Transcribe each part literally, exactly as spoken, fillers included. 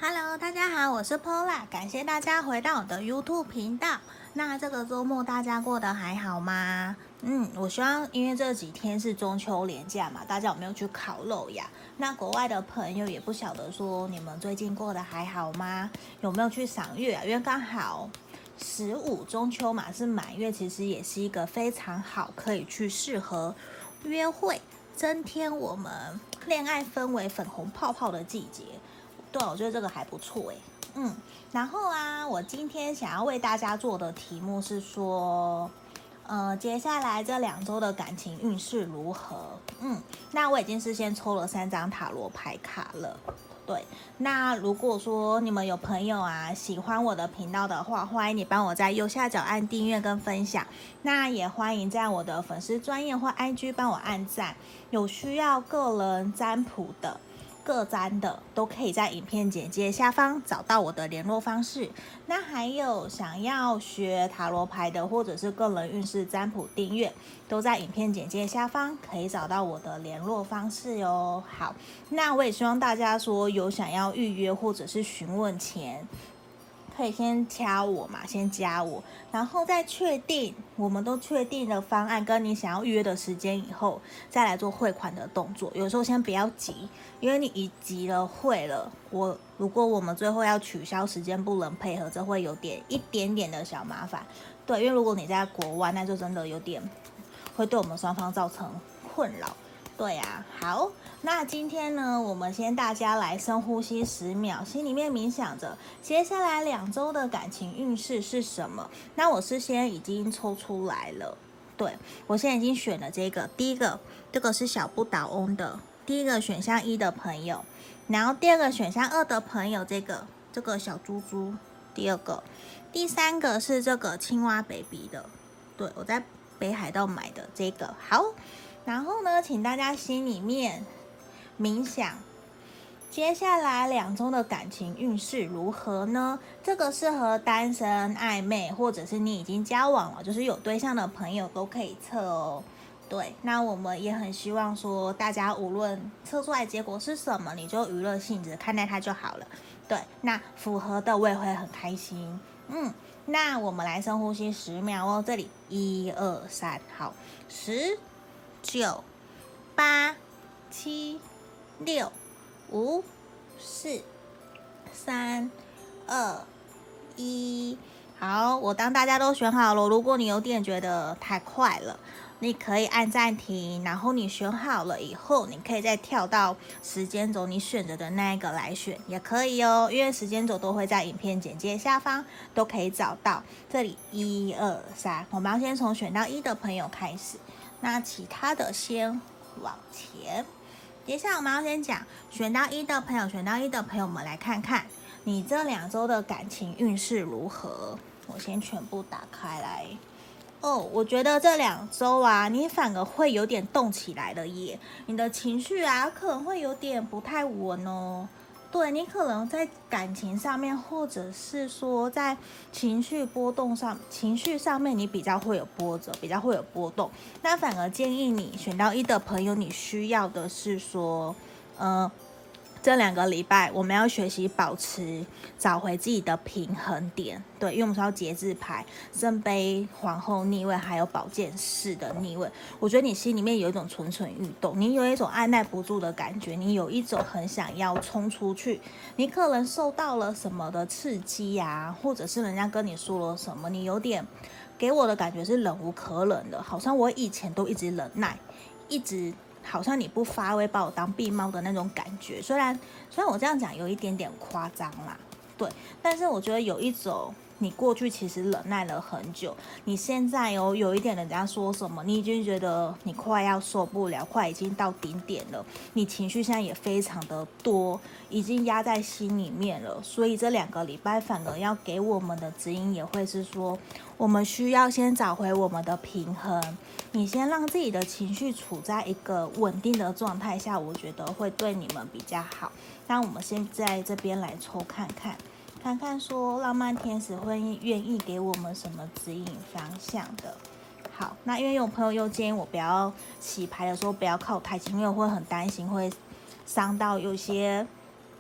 Hello，大家好，我是 Pola，感谢大家回到我的 YouTube 频道。那这个周末大家过得还好吗？嗯，我希望因为这几天是中秋连假嘛，大家有没有去烤肉呀？那国外的朋友也不晓得说你们最近过得还好吗？有没有去赏月啊？因为刚好十五中秋嘛是满月，其实也是一个非常好可以去适合约会、增添我们恋爱氛围、粉红泡泡的季节。对，我觉得这个还不错诶。嗯，然后啊，我今天想要为大家做的题目是说，呃，接下来这两周的感情运势如何？嗯，那我已经是先抽了三张塔罗牌卡了。对，那如果说你们有朋友啊喜欢我的频道的话，欢迎你帮我在右下角按订阅跟分享。那也欢迎在我的粉丝专页或 I G 帮我按赞。有需要个人占卜的。各占的都可以在影片简介下方找到我的联络方式。那还有想要学塔罗牌的，或者是个人运势占卜订阅，都在影片简介下方可以找到我的联络方式哦。好，那我也希望大家说有想要预约或者是询问前，可以先敲我嘛，先加我，然后再确定我们都确定了方案跟你想要预约的时间以后，再来做汇款的动作。有时候先不要急，因为你一急了汇了，我如果我们最后要取消时间不能配合，这会有点一点点的小麻烦。对，因为如果你在国外，那就真的有点会对我们双方造成困扰。对啊，好，那今天呢，我们先大家来深呼吸十秒，心里面冥想着接下来两周的感情运势是什么。那我事先已经抽出来了，对，我现在已经选了这个，第一个，这个是小不倒翁的，第一个选项一的朋友，然后第二个选项二的朋友，这个这个小猪猪，第二个，第三个是这个青蛙 baby 的，对，我在北海道买的这个，好。然后呢，请大家心里面冥想，接下来两周的感情运势如何呢？这个适合单身、暧昧，或者是你已经交往了，就是有对象的朋友都可以测哦。对，那我们也很希望说，大家无论测出来结果是什么，你就娱乐性质看待它就好了。对，那符合的我也会很开心。嗯，那我们来深呼吸十秒哦，这里一二三，好，十。九、八、七、六、五、四、三、二、一。好，我当大家都选好了，如果你有点觉得太快了，你可以按暂停，然后你选好了以后，你可以再跳到时间轴你选择的那一个来选，也可以哦，因为时间轴都会在影片简介下方都可以找到。这里一二三，我们要先从选到一的朋友开始。那其他的先往前，接下来我们要先讲选到一的朋友，选到一的朋友，我们来看看你这两周的感情运势如何。我先全部打开来。哦，我觉得这两周啊，你反而会有点动起来了耶，你的情绪啊可能会有点不太稳哦。对，你可能在感情上面，或者是说在情绪波动上，情绪上面你比较会有波折，比较会有波动。那反而建议你选到一的朋友，你需要的是说，呃，这两个礼拜我们要学习保持找回自己的平衡点。对，因为我们说要节制牌、圣杯皇后逆位，还有宝剑四的逆位。我觉得你心里面有一种蠢蠢欲动，你有一种按耐不住的感觉，你有一种很想要冲出去。你可能受到了什么的刺激呀、啊，或者是人家跟你说了什么，你有点给我的感觉是忍无可忍的，好像我以前都一直忍耐，一直。好像你不发威把我当病猫的那种感觉，虽然虽然我这样讲有一点点夸张啦，对，但是我觉得有一种你过去其实忍耐了很久，你现在哦有一点人家说什么，你已经觉得你快要受不了，快已经到顶点了，你情绪现在也非常的多，已经压在心里面了，所以这两个礼拜反而要给我们的指引也会是说，我们需要先找回我们的平衡。你先让自己的情绪处在一个稳定的状态下，我觉得会对你们比较好。那我们先在这边来抽看看，看看说浪漫天使会愿意给我们什么指引方向的。好，那因为有朋友又建议我不要洗牌的时候不要靠太近，因为我会很担心会伤到有些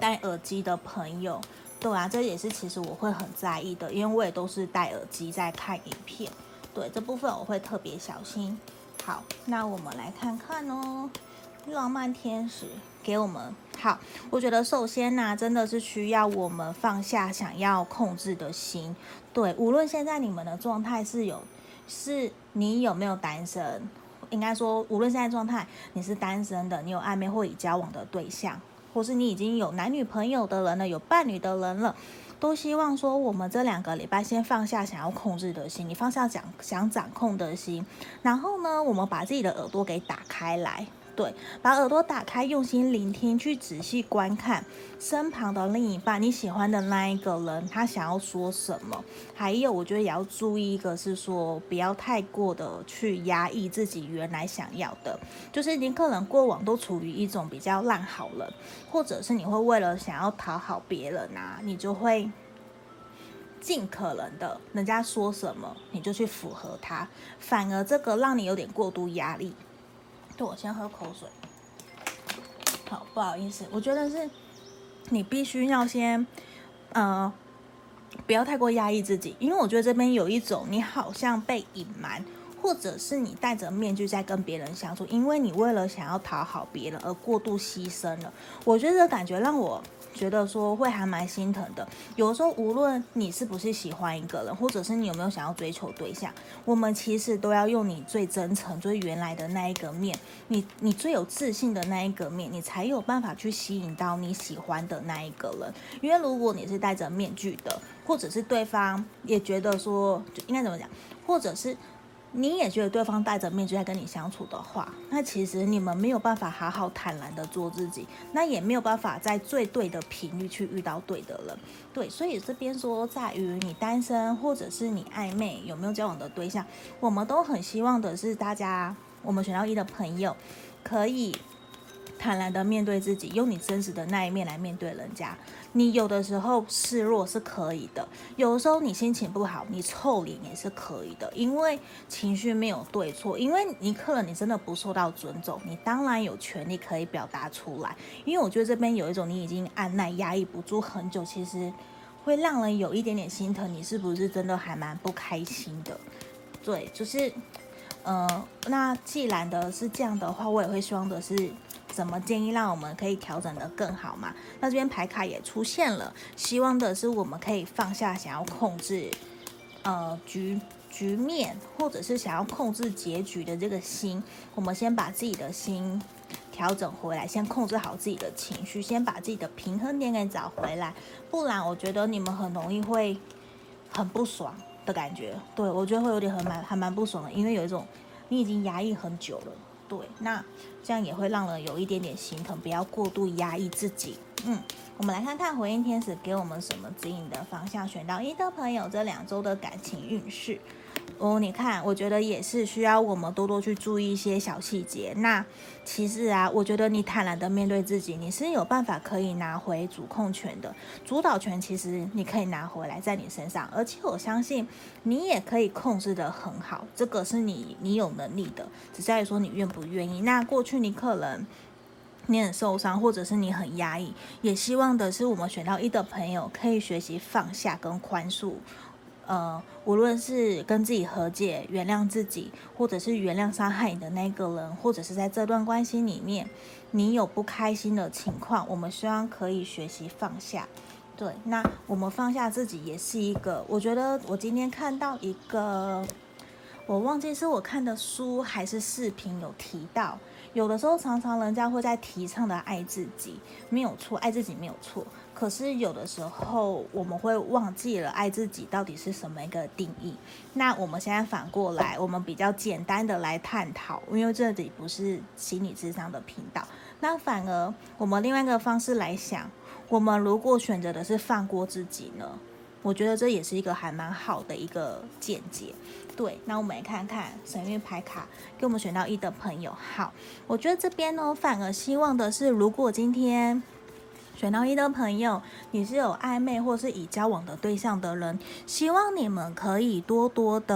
戴耳机的朋友，对啊，这也是其实我会很在意的，因为我也都是戴耳机在看影片，对，这部分我会特别小心。好，那我们来看看哦，浪漫天使给我们好，我觉得首先呢、啊，真的是需要我们放下想要控制的心。对，无论现在你们的状态是有，是你有没有单身，应该说，无论现在状态你是单身的，你有暧昧或已交往的对象，或是你已经有男女朋友的人了，有伴侣的人了。都希望说，我们这两个礼拜先放下想要控制的心，你放下想想掌控的心，然后呢，我们把自己的耳朵给打开来，对，把耳朵打开，用心聆听，去仔细观看身旁的另一半，你喜欢的那一个人，他想要说什么。还有，我觉得也要注意一个是说，不要太过的去压抑自己原来想要的，就是你可能过往都处于一种比较烂好人，或者是你会为了想要讨好别人啊，你就会尽可能的，人家说什么你就去符合他，反而这个让你有点过度压力。对，我先喝口水。好，不好意思，我觉得是你必须要先，呃，不要太过压抑自己，因为我觉得这边有一种你好像被隐瞒，或者是你戴着面具在跟别人相处，因为你为了想要讨好别人而过度牺牲了。我觉得这感觉让我觉得说会还蛮心疼的。有的时候，无论你是不是喜欢一个人，或者是你有没有想要追求对象，我们其实都要用你最真诚、最原来的那一个面，你你最有自信的那一个面，你才有办法去吸引到你喜欢的那一个人。因为如果你是戴着面具的，或者是对方也觉得说，就应该怎么讲，或者是你也觉得对方戴着面具在跟你相处的话，那其实你们没有办法好好坦然的做自己，那也没有办法在最对的频率去遇到对的人。对，所以这边说在于你单身或者是你暧昧有没有交往的对象，我们都很希望的是大家，我们选到一的朋友可以坦然的面对自己，用你真实的那一面来面对人家。你有的时候示弱是可以的，有的时候你心情不好，你臭脸也是可以的，因为情绪没有对错，因为你可能你真的不受到尊重，你当然有权利可以表达出来。因为我觉得这边有一种你已经按耐压抑不住很久，其实会让人有一点点心疼，你是不是真的还蛮不开心的？对，就是呃，那既然的是这样的话，我也会希望的是怎么建议让我们可以调整得更好嘛？那这边牌卡也出现了，希望的是我们可以放下想要控制呃局局面，或者是想要控制结局的这个心，我们先把自己的心调整回来，先控制好自己的情绪，先把自己的平衡点给找回来，不然我觉得你们很容易会很不爽的感觉。对，我觉得会有点很蛮还蛮不爽的，因为有一种你已经压抑很久了。对，那这样也会让人有一点点心疼，不要过度压抑自己。嗯，我们来看看回应天使给我们什么指引的方向。选到一的朋友，这两周的感情运势哦，你看，我觉得也是需要我们多多去注意一些小细节。那其实啊，我觉得你坦然的面对自己，你是有办法可以拿回主控权的，主导权其实你可以拿回来在你身上，而且我相信你也可以控制得很好，这个是你你有能力的，只在于说你愿不愿意。那过去你可能你很受伤，或者是你很压抑，也希望的是我们选到一的朋友可以学习放下跟宽恕。呃，无论是跟自己和解、原谅自己，或者是原谅伤害你的那个人，或者是在这段关系里面，你有不开心的情况，我们希望可以学习放下。对，那我们放下自己也是一个，我觉得我今天看到一个，我忘记是我看的书还是视频有提到，有的时候常常人家会在提倡的爱自己，没有错，爱自己没有错。可是有的时候我们会忘记了爱自己到底是什么一个定义。那我们现在反过来，我们比较简单的来探讨，因为这里不是心理智商的频道，那反而我们另外一个方式来想，我们如果选择的是放过自己呢？我觉得这也是一个还蛮好的一个见解。对，那我们来看看神谕牌卡给我们选到一的朋友。好，我觉得这边呢，反而希望的是，如果今天选到一的朋友，你是有暧昧或是已交往的对象的人，希望你们可以多多的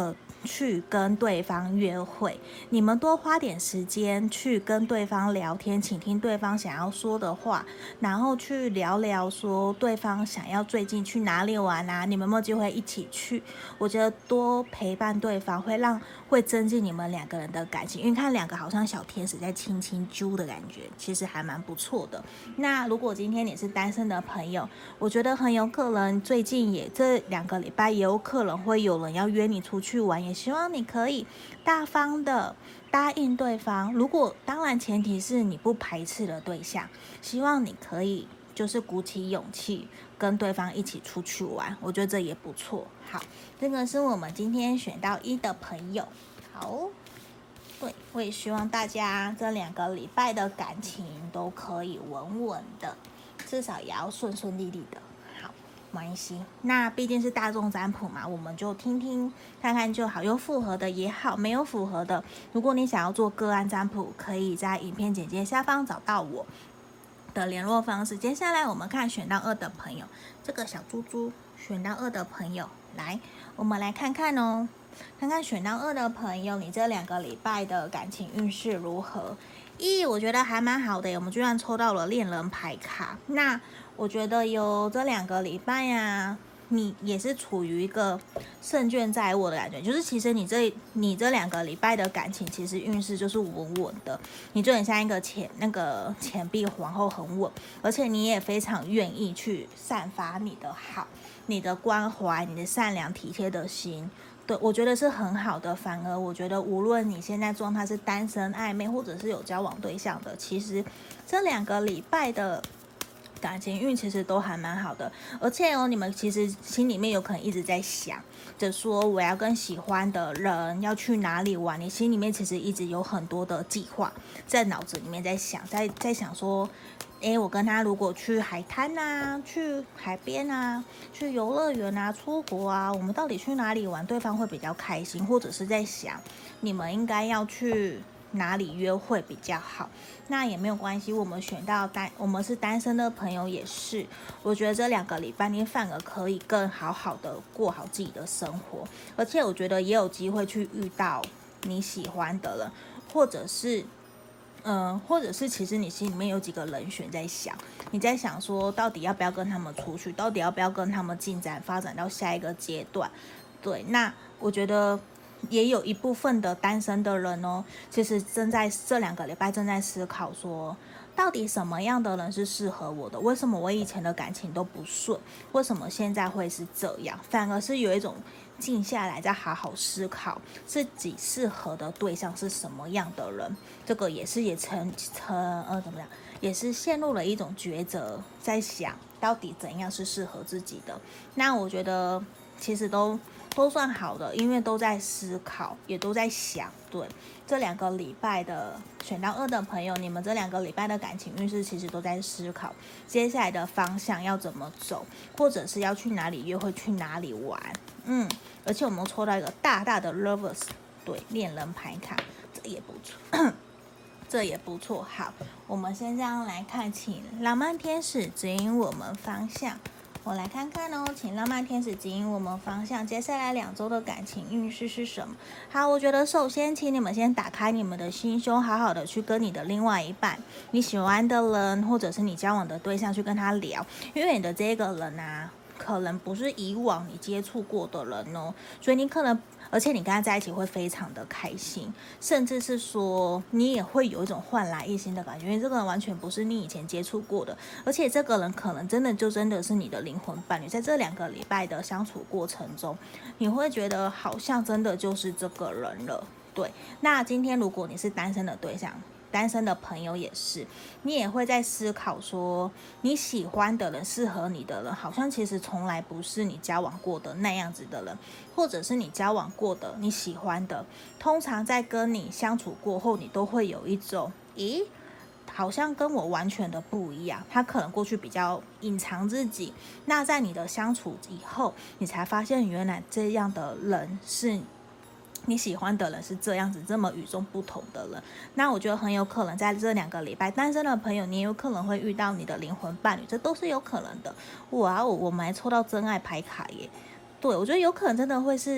去跟对方约会，你们多花点时间去跟对方聊天，倾听对方想要说的话，然后去聊聊说对方想要最近去哪里玩啊，你们有没有机会一起去？我觉得多陪伴对方会让会增进你们两个人的感情，因为看两个好像小天使在亲亲啾的感觉，其实还蛮不错的。那如果今天你是单身的朋友，我觉得很有可能最近也这两个礼拜也有可能会有人要约你出去玩，也希望你可以大方的答应对方。如果当然前提是你不排斥的对象，希望你可以就是鼓起勇气跟对方一起出去玩，我觉得这也不错。好，这个是我们今天选到一的朋友。好，对，我也希望大家这两个礼拜的感情都可以稳稳的，至少也要顺顺利利的。好，没关系，那毕竟是大众占卜嘛，我们就听听看看就好，有符合的也好，没有符合的，如果你想要做个案占卜，可以在影片简介下方找到我的联络方式。接下来我们看选到二的朋友，这个小猪猪选到二的朋友，来，我们来看看哦，看看选到二的朋友，你这两个礼拜的感情运势如何？一，我觉得还蛮好的，我们居然抽到了恋人牌卡。那我觉得有这两个礼拜呀，你也是处于一个胜券在握的感觉，就是其实你这你这两个礼拜的感情，其实运势就是稳稳的，你就很像一个钱那个钱币皇后，很稳，而且你也非常愿意去散发你的好、你的关怀、你的善良体贴的心。对，我觉得是很好的。反而我觉得，无论你现在状态是单身、暧昧，或者是有交往对象的，其实这两个礼拜的感情运其实都还蛮好的。而且哦，你们其实心里面有可能一直在想着说，我要跟喜欢的人要去哪里玩。你心里面其实一直有很多的计划在脑子里面在想，在在想说，诶，我跟他如果去海滩啊，去海边啊，去游乐园啊，出国啊，我们到底去哪里玩，对方会比较开心，或者是在想你们应该要去哪里约会比较好。那也没有关系，我们选到单，我们是单身的朋友也是，我觉得这两个礼拜你反而可以更好好的过好自己的生活，而且我觉得也有机会去遇到你喜欢的人，或者是嗯，或者是其实你心里面有几个人选在想，你在想说到底要不要跟他们出去，到底要不要跟他们进展发展到下一个阶段。对，那我觉得也有一部分的单身的人哦，其实正在这两个礼拜正在思考说，到底什么样的人是适合我的？为什么我以前的感情都不顺？为什么现在会是这样？反而是有一种静下来再好好思考自己适合的对象是什么样的人。这个也是也成成呃怎么样，也是陷入了一种抉择，在想到底怎样是适合自己的。那我觉得其实都都算好的，因为都在思考，也都在想。对，这两个礼拜的选到二的朋友，你们这两个礼拜的感情运势其实都在思考接下来的方向要怎么走，或者是要去哪里约会，去哪里玩。嗯，而且我们抽到一个大大的 Lovers， 对，恋人牌卡，这也不错。这也不错。好，我们先这样来看，请浪漫天使指引我们方向。我来看看哦，请浪漫天使指引我们方向，接下来两周的感情运势是什么？好，我觉得首先请你们先打开你们的心胸，好好的去跟你的另外一半，你喜欢的人，或者是你交往的对象去跟他聊，因为你的这个人啊，可能不是以往你接触过的人哦，所以你可能。而且你跟他在一起会非常的开心，甚至是说你也会有一种焕然一新的感觉，因为这个人完全不是你以前接触过的，而且这个人可能真的就真的是你的灵魂伴侣。在这两个礼拜的相处过程中，你会觉得好像真的就是这个人了。对，那今天如果你是单身的对象，单身的朋友也是，你也会在思考说，你喜欢的人、适合你的人，好像其实从来不是你交往过的那样子的人，或者是你交往过的、你喜欢的，通常在跟你相处过后，你都会有一种，咦，好像跟我完全的不一样。他可能过去比较隐藏自己，那在你的相处以后，你才发现原来这样的人是。你喜欢的人是这样子这么与众不同的人，那我觉得很有可能在这两个礼拜单身的朋友，你也有可能会遇到你的灵魂伴侣，这都是有可能的。哇，我我们还抽到真爱牌卡耶，对，我觉得有可能真的会是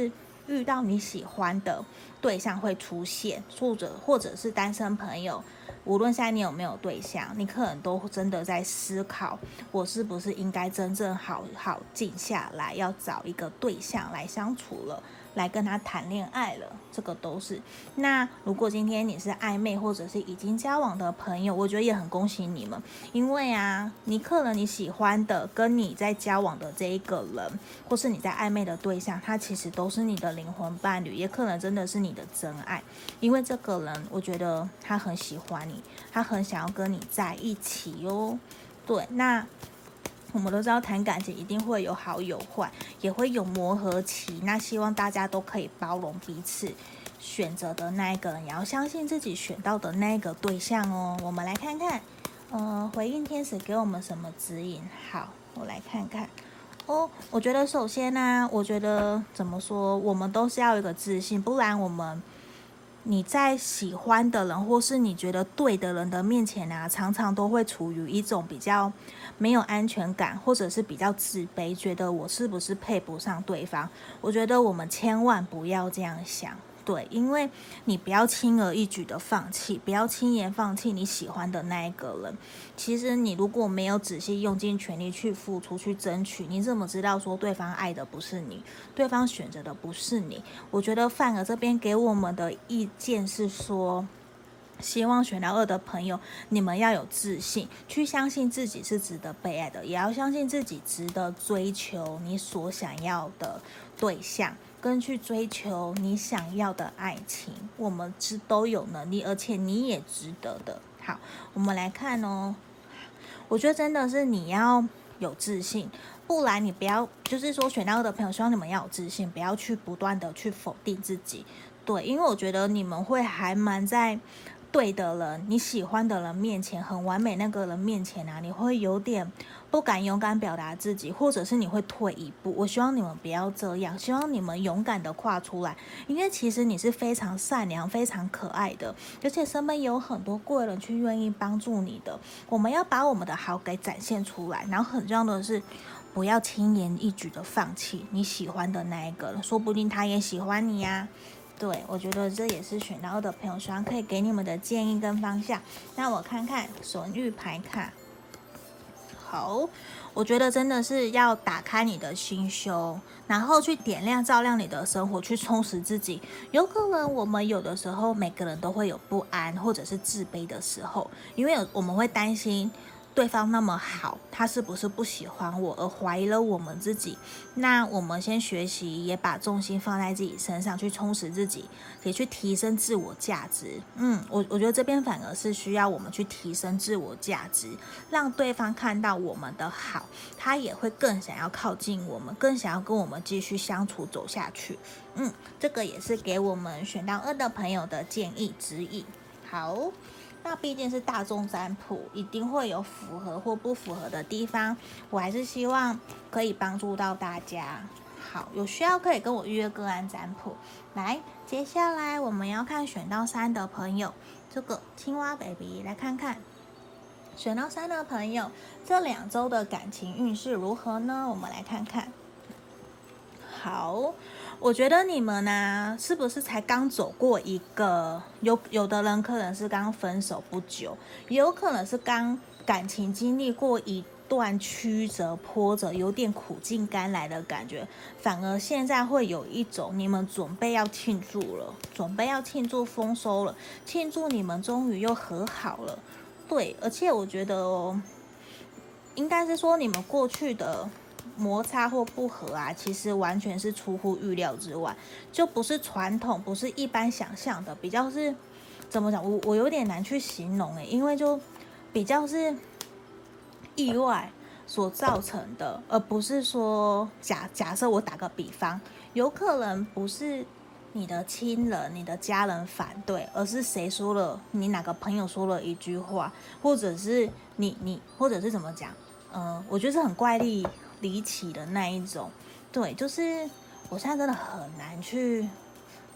遇到你喜欢的对象会出现，或者或者是单身朋友，无论现在你有没有对象，你可能都真的在思考，我是不是应该真正好好静下来，要找一个对象来相处了，来跟他谈恋爱了，这个都是。那如果今天你是暧昧或者是已经交往的朋友，我觉得也很恭喜你们，因为啊，你可能你喜欢的跟你在交往的这一个人，或是你在暧昧的对象，他其实都是你的灵魂伴侣，也可能真的是你的真爱，因为这个人我觉得他很喜欢你，他很想要跟你在一起哦。对，那我们都知道谈感情一定会有好有坏，也会有磨合期，那希望大家都可以包容彼此选择的那一个人，也要相信自己选到的那一个对象哦。我们来看看呃，回应天使给我们什么指引。好，我来看看哦。我觉得首先呢、啊，我觉得怎么说，我们都是要有一个自信，不然我们你在喜欢的人或是你觉得对的人的面前啊，常常都会处于一种比较没有安全感，或者是比较自卑，觉得我是不是配不上对方。我觉得我们千万不要这样想。对，因为你不要轻而易举的放弃，不要轻言放弃你喜欢的那一个人。其实你如果没有仔细用尽全力去付出、去争取，你怎么知道说对方爱的不是你，对方选择的不是你？我觉得范儿这边给我们的意见是说，希望选到二的朋友，你们要有自信，去相信自己是值得被爱的，也要相信自己值得追求你所想要的对象，跟去追求你想要的爱情。我们是都有能力，而且你也值得的。好，我们来看哦。我觉得真的是你要有自信，不然你不要，就是说选到二的朋友，希望你们要有自信，不要去不断的去否定自己。对，因为我觉得你们会还蛮在对的人，你喜欢的人面前，很完美那个人面前啊，你会有点不敢勇敢表达自己，或者是你会退一步。我希望你们不要这样，希望你们勇敢的跨出来，因为其实你是非常善良、非常可爱的，而且身边有很多贵人去愿意帮助你的。我们要把我们的好给展现出来，然后很重要的是，不要轻言一举的放弃你喜欢的那一个人，说不定他也喜欢你呀、啊。对，我觉得这也是选到二的朋友希望可以给你们的建议跟方向。那我看看神谕牌卡。好，我觉得真的是要打开你的心胸，然后去点亮照亮你的生活，去充实自己。有可能我们有的时候每个人都会有不安或者是自卑的时候，因为我们会担心对方那么好，他是不是不喜欢我，而怀疑了我们自己。那我们先学习，也把重心放在自己身上，去充实自己，也去提升自我价值。嗯，我我觉得这边反而是需要我们去提升自我价值，让对方看到我们的好，他也会更想要靠近我们，更想要跟我们继续相处走下去。嗯，这个也是给我们选到二的朋友的建议指引。好。那毕竟是大众占卜，一定会有符合或不符合的地方，我还是希望可以帮助到大家。好，有需要可以跟我预约个案占卜。来，接下来我们要看选到三的朋友，这个青蛙 baby 来看看。选到三的朋友，这两周的感情运势如何呢？我们来看看。好，我觉得你们呢、啊，是不是才刚走过一个？有有的人可能是刚分手不久，也有可能是刚感情经历过一段曲折波折，有点苦尽甘来的感觉。反而现在会有一种你们准备要庆祝了，准备要庆祝丰收了，庆祝你们终于又和好了。对，而且我觉得哦，应该是说你们过去的摩擦或不合啊，其实完全是出乎预料之外，就不是传统，不是一般想象的，比较是怎么讲？我我有点难去形容诶，因为就比较是意外所造成的，而不是说假假设我打个比方，有可能不是你的亲人、你的家人反对，而是谁说了，你哪个朋友说了一句话，或者是你你，或者是怎么讲？嗯、呃，我觉得是很怪力离奇的那一种。对，就是我现在真的很难去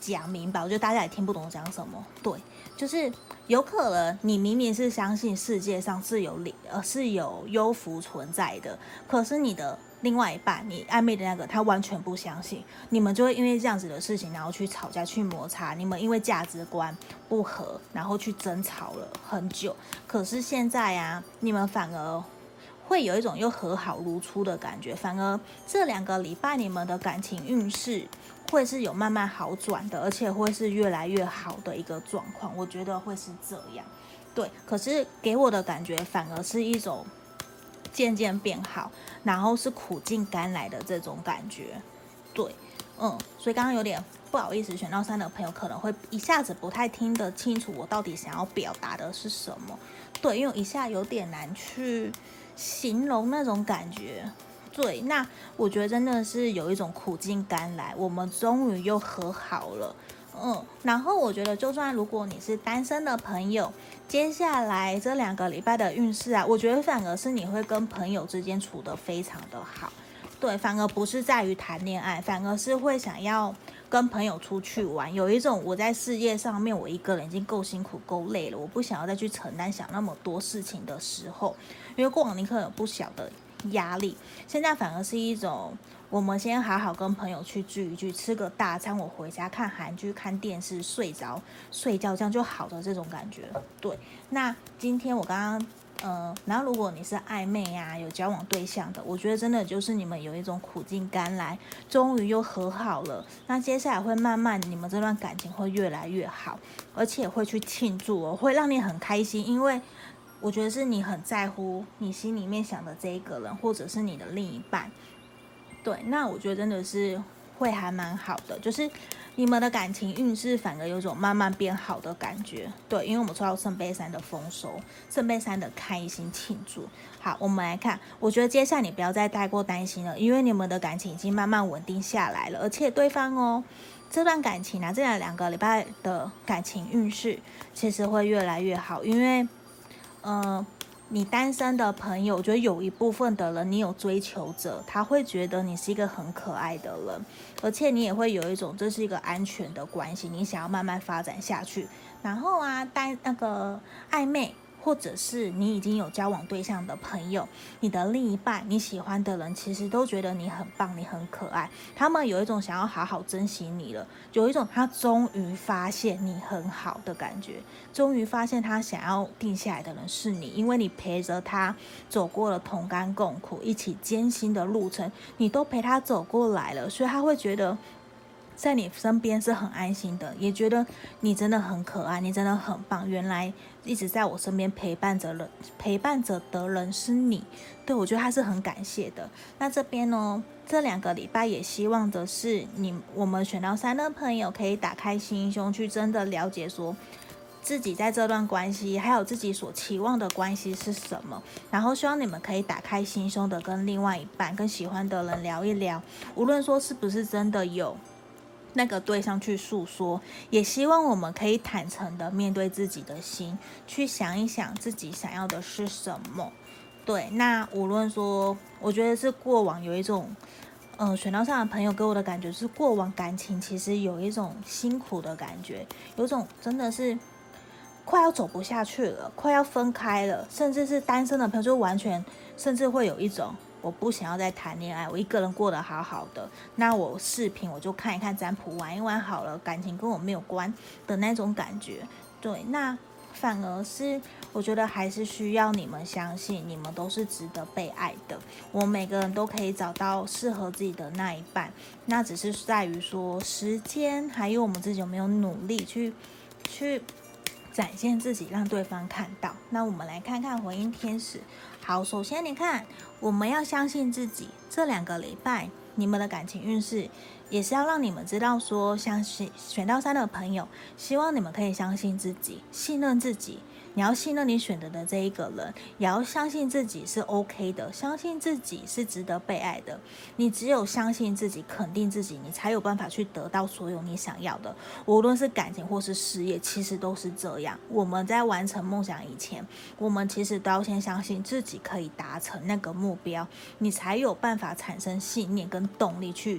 讲明白，我觉得大家也听不懂讲什么。对，就是有可能你明明是相信世界上是有理呃是有幽浮存在的，可是你的另外一半，你暧昧的那个，他完全不相信，你们就会因为这样子的事情，然后去吵架、去摩擦，你们因为价值观不合，然后去争吵了很久。可是现在啊，你们反而会有一种又和好如初的感觉，反而这两个礼拜你们的感情运势会是有慢慢好转的，而且会是越来越好的一个状况，我觉得会是这样。对，可是给我的感觉反而是一种渐渐变好，然后是苦尽甘来的这种感觉。对，嗯，所以刚刚有点不好意思，选到三的朋友可能会一下子不太听得清楚我到底想要表达的是什么。对，因为一下有点难去形容那种感觉。对，那我觉得真的是有一种苦尽甘来，我们终于又和好了。嗯，然后我觉得，就算如果你是单身的朋友，接下来这两个礼拜的运势啊，我觉得反而是你会跟朋友之间处得非常的好。对，反而不是在于谈恋爱，反而是会想要跟朋友出去玩，有一种我在事业上面我一个人已经够辛苦够累了，我不想要再去承担想那么多事情的时候，因为过往你可能有不小的压力，现在反而是一种我们先好好跟朋友去聚一聚，吃个大餐，我回家看韩剧、看电视，睡着睡觉，这样就好的这种感觉。对，那今天我刚刚呃，然后如果你是暧昧呀、啊，有交往对象的，我觉得真的就是你们有一种苦尽甘来，终于又和好了。那接下来会慢慢，你们这段感情会越来越好，而且会去庆祝哦，会让你很开心，因为我觉得是你很在乎你心里面想的这一个人，或者是你的另一半。对，那我觉得真的是会还蛮好的，就是你们的感情运势反而有种慢慢变好的感觉。对，因为我们抽到圣杯三的丰收，圣杯三的开心庆祝。好，我们来看，我觉得接下来你不要再太过担心了，因为你们的感情已经慢慢稳定下来了，而且对方哦，这段感情啊，这两个礼拜的感情运势其实会越来越好，因为呃。你单身的朋友，我觉得有一部分的人，你有追求者，他会觉得你是一个很可爱的人，而且你也会有一种这是一个安全的关系，你想要慢慢发展下去。然后啊，单那个暧昧，或者是你已经有交往对象的朋友，你的另一半，你喜欢的人，其实都觉得你很棒，你很可爱，他们有一种想要好好珍惜你了，有一种他终于发现你很好的感觉，终于发现他想要定下来的人是你，因为你陪着他走过了同甘共苦，一起艰辛的路程，你都陪他走过来了，所以他会觉得在你身边是很安心的，也觉得你真的很可爱，你真的很棒，原来一直在我身边陪伴着人，陪伴着的人是你。对，我觉得他是很感谢的。那这边呢，这两个礼拜也希望的是你我们选到三的朋友可以打开心胸，去真的了解说自己在这段关系，还有自己所期望的关系是什么，然后希望你们可以打开心胸的跟另外一半、跟喜欢的人聊一聊，无论说是不是真的有那个对象去诉说，也希望我们可以坦诚的面对自己的心，去想一想自己想要的是什么。对，那无论说，我觉得是过往有一种，嗯、呃，选到上的朋友给我的感觉是，过往感情其实有一种辛苦的感觉，有种真的是快要走不下去了，快要分开了，甚至是单身的朋友就完全，甚至会有一种我不想要再谈恋爱，我一个人过得好好的，那我视频我就看一看占卜玩一玩好了，感情跟我没有关的那种感觉。对，那反而是我觉得还是需要你们相信，你们都是值得被爱的，我们每个人都可以找到适合自己的那一半，那只是在于说时间，还有我们自己有没有努力去去展现自己，让对方看到。那我们来看看回应天使。好，首先你看，我们要相信自己，这两个礼拜你们的感情运势也是要让你们知道说，相信选到三的朋友，希望你们可以相信自己，信任自己。你要信任你选择的这一个人，也要相信自己是 OK 的，相信自己是值得被爱的。你只有相信自己，肯定自己，你才有办法去得到所有你想要的，无论是感情或是事业，其实都是这样。我们在完成梦想以前，我们其实都要先相信自己可以达成那个目标，你才有办法产生信念跟动力去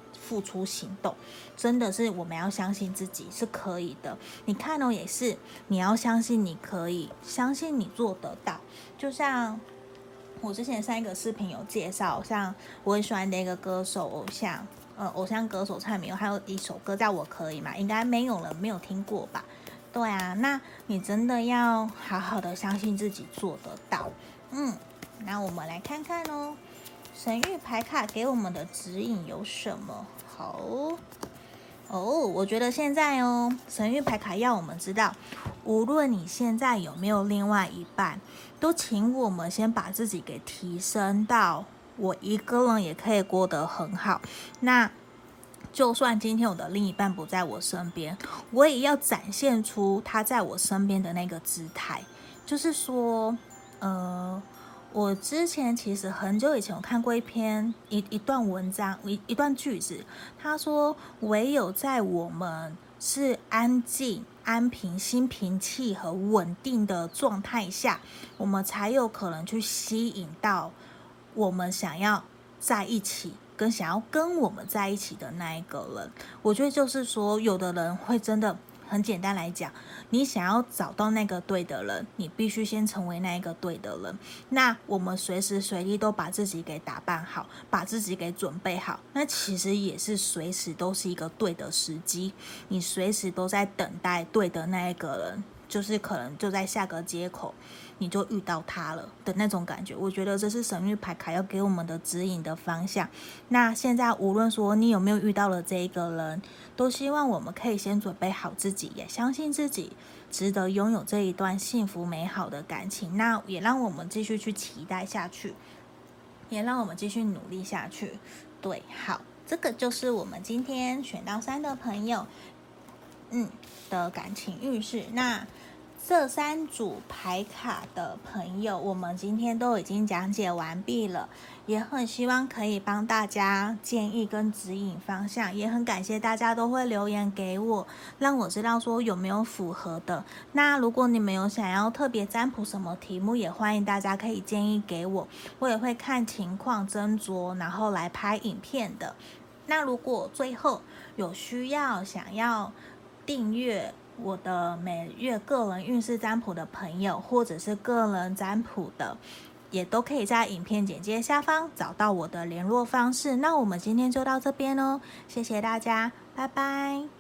付出行动。真的是我们要相信自己是可以的。你看哦，也是你要相信你可以，相信你做得到。就像我之前上一个视频有介绍，像我很喜欢的一个歌手偶像，呃，偶像歌手蔡明，还有一首歌叫《我可以》嘛，应该没有人没有听过吧？对啊，那你真的要好好的相信自己做得到。嗯，那我们来看看哦，神谕牌卡给我们的指引有什么？好哦，我觉得现在哦，神谕牌卡要我们知道，无论你现在有没有另外一半，都请我们先把自己给提升到我一个人也可以过得很好。那就算今天我的另一半不在我身边，我也要展现出他在我身边的那个姿态。就是说，呃，我之前其实很久以前有看过一篇一一段文章，一一段句子，他说：唯有在我们是安静、安平、心平气和、稳定的状态下，我们才有可能去吸引到我们想要在一起跟想要跟我们在一起的那一个人。我觉得就是说，有的人会真的很简单来讲，你想要找到那个对的人，你必须先成为那一个对的人。那我们随时随地都把自己给打扮好，把自己给准备好，那其实也是随时都是一个对的时机。你随时都在等待对的那一个人，就是可能就在下个街口你就遇到他了的那种感觉。我觉得这是神谕牌卡要给我们的指引的方向。那现在无论说你有没有遇到了这一个人，都希望我们可以先准备好自己，也相信自己值得拥有这一段幸福美好的感情。那也让我们继续去期待下去，也让我们继续努力下去。对，好，这个就是我们今天选到三的朋友嗯的感情运势。那这三组牌卡的朋友，我们今天都已经讲解完毕了，也很希望可以帮大家建议跟指引方向，也很感谢大家都会留言给我，让我知道说有没有符合的。那如果你们有想要特别占卜什么题目，也欢迎大家可以建议给我，我也会看情况斟酌，然后来拍影片的。那如果最后有需要想要订阅我的每月个人运势占卜的朋友，或者是个人占卜的，也都可以在影片简介下方找到我的联络方式。那我们今天就到这边哦，谢谢大家，拜拜。